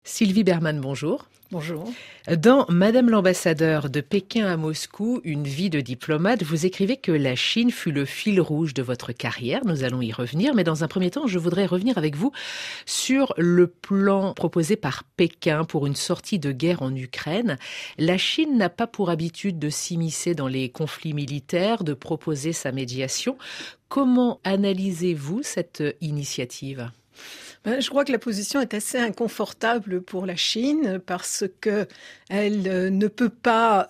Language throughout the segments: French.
Sylvie Berman, bonjour. Bonjour. Dans Madame l'ambassadeur de Pékin à Moscou, une vie de diplomate, vous écrivez que la Chine fut le fil rouge de votre carrière. Nous allons y revenir, mais dans un premier temps, je voudrais revenir avec vous sur le plan proposé par Pékin pour une sortie de guerre en Ukraine. La Chine n'a pas pour habitude de s'immiscer dans les conflits militaires, de proposer sa médiation. Comment analysez-vous cette initiative ? Je crois que la position est assez inconfortable pour la Chine parce que elle ne peut pas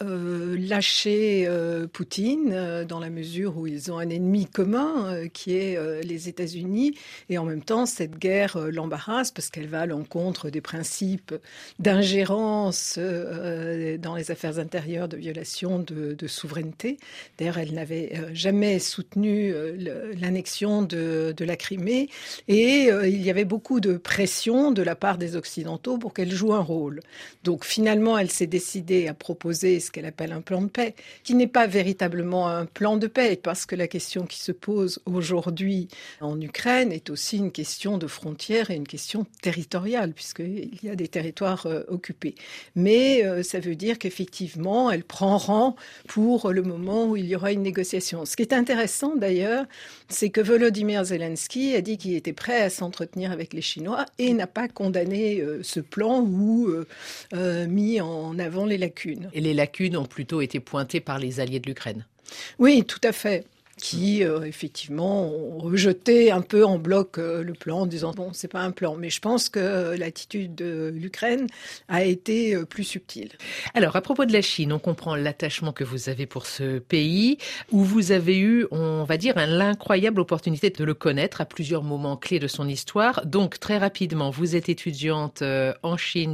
lâcher Poutine dans la mesure où ils ont un ennemi commun qui est les États-Unis, et en même temps cette guerre l'embarrasse parce qu'elle va à l'encontre des principes d'ingérence dans les affaires intérieures, de violation de souveraineté. D'ailleurs, elle n'avait jamais soutenu l'annexion de la Crimée, et il y avait beaucoup de pression de la part des Occidentaux pour qu'elle joue un rôle. Donc finalement, elle s'est décidée à proposer ce qu'elle appelle un plan de paix, qui n'est pas véritablement un plan de paix, parce que la question qui se pose aujourd'hui en Ukraine est aussi une question de frontières et une question territoriale, puisqu'il y a des territoires occupés. Mais ça veut dire qu'effectivement, elle prend rang pour le moment où il y aura une négociation. Ce qui est intéressant d'ailleurs, c'est que Volodymyr Zelensky a dit qu'il était prêt à s'entretenir avec les Chinois et n'a pas condamné ce plan ou mis en avant les lacunes. Et les lacunes ont plutôt été pointées par les alliés de l'Ukraine. Oui, tout à fait. Qui, effectivement, ont rejeté un peu en bloc le plan en disant « bon, c'est pas un plan ». Mais je pense que l'attitude de l'Ukraine a été plus subtile. Alors, à propos de la Chine, on comprend l'attachement que vous avez pour ce pays, où vous avez eu, on va dire, l'incroyable opportunité de le connaître à plusieurs moments clés de son histoire. Donc, très rapidement, vous êtes étudiante en Chine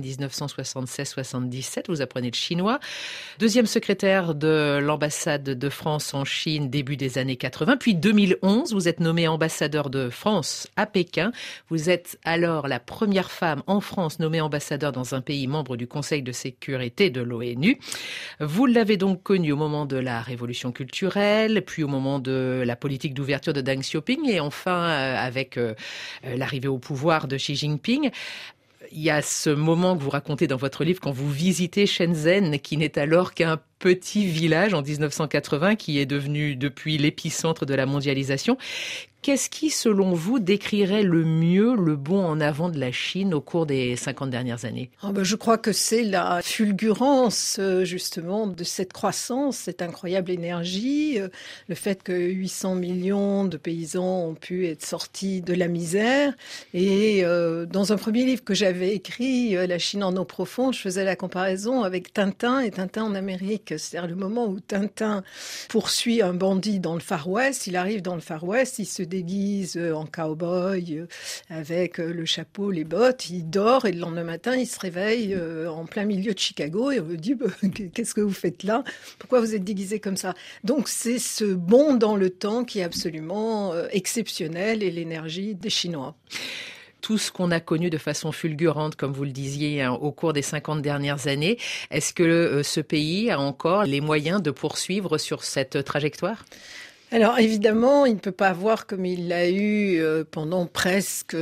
1976-77, vous apprenez le chinois. Deuxième secrétaire de l'ambassade de France en Chine, début des années 80. Puis 2011, vous êtes nommée ambassadeur de France à Pékin. Vous êtes alors la première femme en France nommée ambassadeur dans un pays membre du Conseil de sécurité de l'ONU. Vous l'avez donc connue au moment de la révolution culturelle, puis au moment de la politique d'ouverture de Deng Xiaoping et enfin avec l'arrivée au pouvoir de Xi Jinping. Il y a ce moment que vous racontez dans votre livre quand vous visitez Shenzhen, qui n'est alors qu'un petit village en 1980, qui est devenu depuis l'épicentre de la mondialisation. Qu'est-ce qui, selon vous, décrirait le mieux le bond en avant de la Chine au cours des 50 dernières années ? Je crois que c'est la fulgurance, justement, de cette croissance, cette incroyable énergie, le fait que 800 millions de paysans ont pu être sortis de la misère. Et dans un premier livre que j'avais écrit, La Chine en eau profonde, je faisais la comparaison avec Tintin et Tintin en Amérique. C'est-à-dire le moment où Tintin poursuit un bandit dans le Far West, il arrive dans le Far West, il se déguise en cow-boy avec le chapeau, les bottes, il dort et le lendemain matin, il se réveille en plein milieu de Chicago et on lui dit « Qu'est-ce que vous faites là ? Pourquoi vous êtes déguisé comme ça ?» Donc c'est ce bond dans le temps qui est absolument exceptionnel et l'énergie des Chinois. Tout ce qu'on a connu de façon fulgurante, comme vous le disiez, au cours des 50 dernières années, est-ce que ce pays a encore les moyens de poursuivre sur cette trajectoire ? Alors évidemment, il ne peut pas avoir, comme il l'a eu pendant presque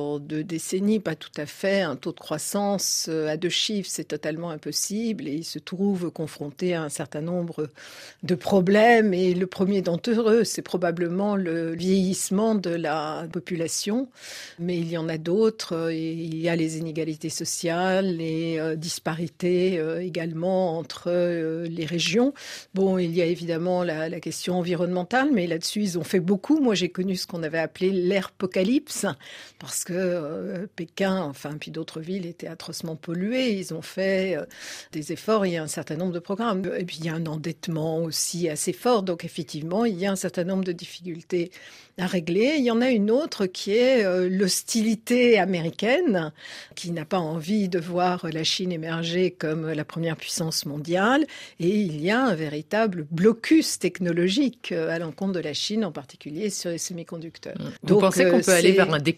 2 décennies, pas tout à fait, un taux de croissance à 2 chiffres, c'est totalement impossible, et il se trouve confronté à un certain nombre de problèmes, et le premier d'entre eux, c'est probablement le vieillissement de la population, mais il y en a d'autres, et il y a les inégalités sociales, les disparités également entre les régions. Bon, il y a évidemment la question environnementale, mais là-dessus, ils ont fait beaucoup. Moi, j'ai connu ce qu'on avait appelé l'Airpocalypse, parce que Pékin, enfin, puis d'autres villes étaient atrocement polluées. Ils ont fait des efforts, il y a un certain nombre de programmes. Et puis, il y a un endettement aussi assez fort. Donc, effectivement, il y a un certain nombre de difficultés à régler. Il y en a une autre qui est l'hostilité américaine, qui n'a pas envie de voir la Chine émerger comme la première puissance mondiale. Et il y a un véritable blocus technologique à l'encontre de la Chine, en particulier sur les semi-conducteurs. Vous pensez qu'on peut aller vers un découplage ?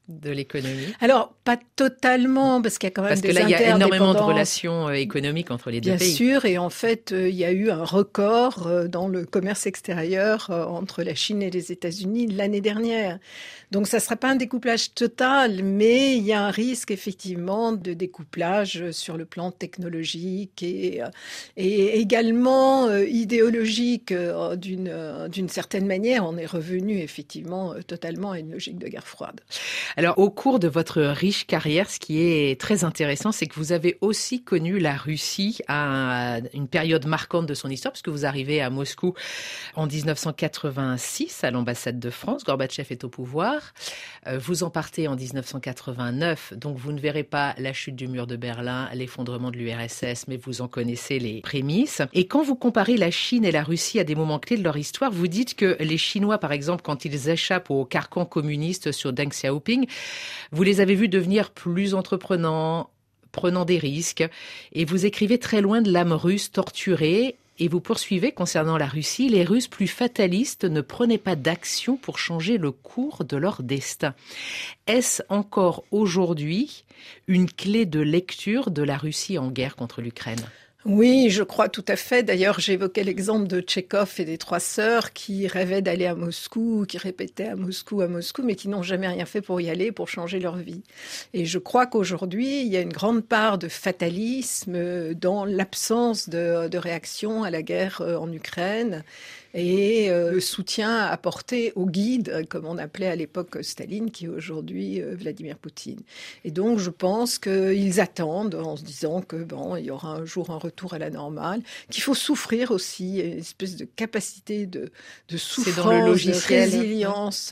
de l'économie? Alors, pas totalement, parce qu'il y a quand même des interdépendances. Parce que là, il y a énormément de relations économiques entre les deux pays. Bien sûr, et en fait, il y a eu un record dans le commerce extérieur entre la Chine et les États-Unis l'année dernière. Donc, ça ne sera pas un découplage total, mais il y a un risque effectivement de découplage sur le plan technologique et également idéologique d'une certaine manière. On est revenu effectivement totalement à une logique de guerre froide. Alors, au cours de votre riche carrière, ce qui est très intéressant, c'est que vous avez aussi connu la Russie à une période marquante de son histoire, puisque vous arrivez à Moscou en 1986 à l'ambassade de France. Gorbatchev est au pouvoir. Vous en partez en 1989, donc vous ne verrez pas la chute du mur de Berlin, l'effondrement de l'URSS, mais vous en connaissez les prémices. Et quand vous comparez la Chine et la Russie à des moments clés de leur histoire, vous dites que les Chinois, par exemple, quand ils échappent au carcan communiste sur Deng Xiaoping, vous les avez vus devenir plus entreprenants, prenant des risques, et vous écrivez très loin de l'âme russe torturée. Et vous poursuivez concernant la Russie, les Russes plus fatalistes ne prenaient pas d'action pour changer le cours de leur destin. Est-ce encore aujourd'hui une clé de lecture de la Russie en guerre contre l'Ukraine ? Oui, je crois tout à fait. D'ailleurs, j'évoquais l'exemple de Tchekhov et des trois sœurs qui rêvaient d'aller à Moscou, qui répétaient à Moscou, mais qui n'ont jamais rien fait pour y aller, pour changer leur vie. Et je crois qu'aujourd'hui, il y a une grande part de fatalisme dans l'absence de réaction à la guerre en Ukraine. Et le soutien apporté au guide, comme on appelait à l'époque Staline, qui est aujourd'hui Vladimir Poutine. Et donc, je pense qu'ils attendent en se disant que il y aura un jour un retour à la normale, qu'il faut souffrir aussi, une espèce de capacité de souffrance, dans le logiciel, de résilience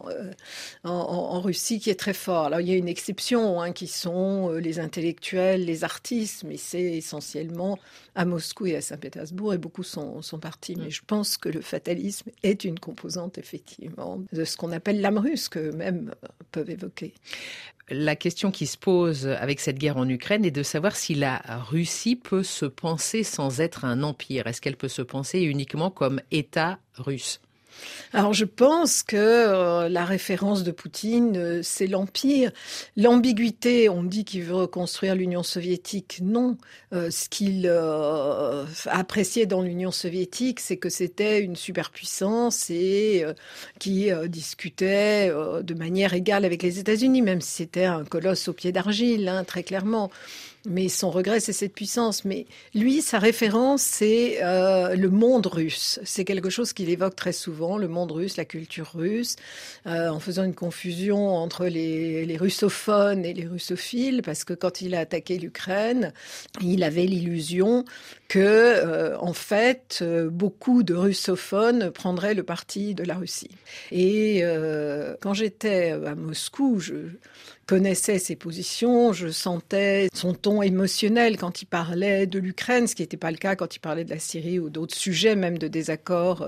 en Russie qui est très fort. Alors, il y a une exception, qui sont les intellectuels, les artistes, mais c'est essentiellement à Moscou et à Saint-Pétersbourg, et beaucoup sont partis. Mais je pense que le fatalisme est une composante, effectivement, de ce qu'on appelle l'âme russe, qu'eux-mêmes peuvent évoquer. La question qui se pose avec cette guerre en Ukraine est de savoir si la Russie peut se penser sans être un empire. Est-ce qu'elle peut se penser uniquement comme État russe ? Alors je pense que la référence de Poutine, c'est l'Empire. L'ambiguïté, on dit qu'il veut reconstruire l'Union soviétique. Non, ce qu'il appréciait dans l'Union soviétique, c'est que c'était une superpuissance et qui discutait de manière égale avec les États-Unis, même si c'était un colosse au pied d'argile, très clairement. Mais son regret, c'est cette puissance. Mais lui, sa référence, c'est le monde russe. C'est quelque chose qu'il évoque très souvent, le monde russe, la culture russe, en faisant une confusion entre les russophones et les russophiles, parce que quand il a attaqué l'Ukraine, il avait l'illusion que, en fait, beaucoup de russophones prendraient le parti de la Russie. Et quand j'étais à Moscou, je connaissais ses positions, je sentais son ton émotionnel quand il parlait de l'Ukraine, ce qui n'était pas le cas quand il parlait de la Syrie ou d'autres sujets, même de désaccords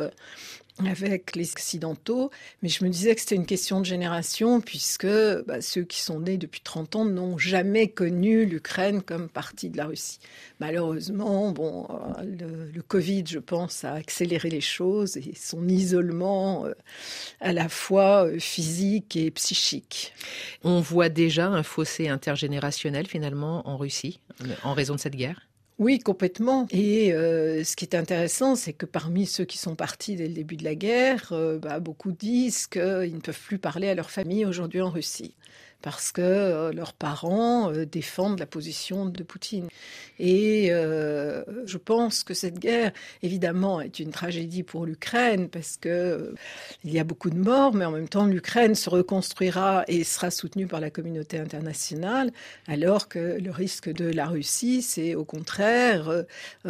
avec les Occidentaux. Mais je me disais que c'était une question de génération, puisque ceux qui sont nés depuis 30 ans n'ont jamais connu l'Ukraine comme partie de la Russie. Malheureusement, le Covid, je pense, a accéléré les choses et son isolement à la fois physique et psychique. On voit déjà un fossé intergénérationnel finalement en Russie, en raison de cette guerre ? Oui, complètement. Et ce qui est intéressant, c'est que parmi ceux qui sont partis dès le début de la guerre, beaucoup disent qu'ils ne peuvent plus parler à leur famille aujourd'hui en Russie, parce que leurs parents défendent la position de Poutine. Et je pense que cette guerre, évidemment, est une tragédie pour l'Ukraine, parce que il y a beaucoup de morts, mais en même temps, l'Ukraine se reconstruira et sera soutenue par la communauté internationale, alors que le risque de la Russie, c'est au contraire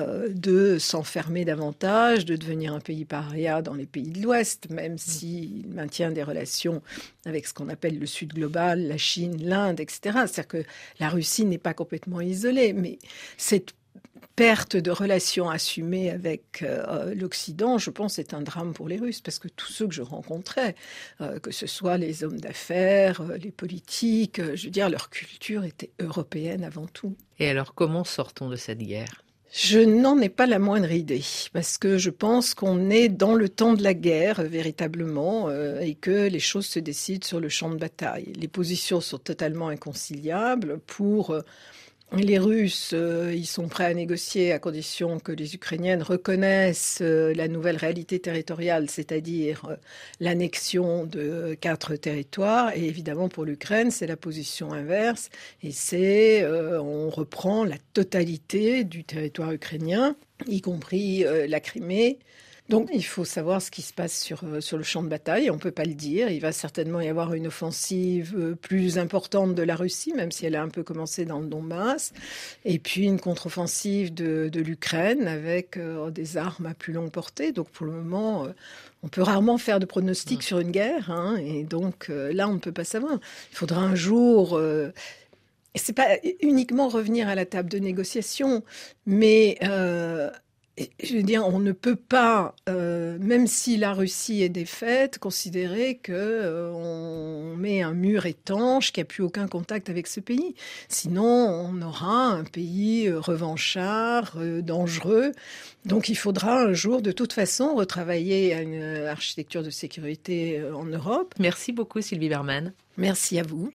de s'enfermer davantage, de devenir un pays paria dans les pays de l'Ouest, même s'il maintient des relations avec ce qu'on appelle le Sud global, la Chine, l'Inde, etc. C'est-à-dire que la Russie n'est pas complètement isolée, mais cette perte de relations assumées avec l'Occident, je pense, est un drame pour les Russes, parce que tous ceux que je rencontrais, que ce soit les hommes d'affaires, les politiques, je veux dire, leur culture était européenne avant tout. Et alors, comment sort-on de cette guerre ? Je n'en ai pas la moindre idée, parce que je pense qu'on est dans le temps de la guerre, véritablement, et que les choses se décident sur le champ de bataille. Les positions sont totalement inconciliables. Pour les Russes, ils sont prêts à négocier à condition que les Ukrainiennes reconnaissent la nouvelle réalité territoriale, c'est-à-dire l'annexion de 4 territoires. Et évidemment, pour l'Ukraine, c'est la position inverse. Et c'est, on reprend la totalité du territoire ukrainien, y compris la Crimée. Donc il faut savoir ce qui se passe sur le champ de bataille, on ne peut pas le dire. Il va certainement y avoir une offensive plus importante de la Russie, même si elle a un peu commencé dans le Donbass, et puis une contre-offensive de l'Ukraine avec des armes à plus longue portée. Donc pour le moment, on peut rarement faire de pronostics sur une guerre, hein, et donc là on ne peut pas savoir. Il faudra un jour... et c'est pas uniquement revenir à la table de négociation, mais... je veux dire, on ne peut pas, même si la Russie est défaite, considérer qu'on met un mur étanche, qu'il n'y a plus aucun contact avec ce pays. Sinon, on aura un pays revanchard, dangereux. Donc il faudra un jour, de toute façon, retravailler à une architecture de sécurité en Europe. Merci beaucoup Sylvie Bermann. Merci à vous.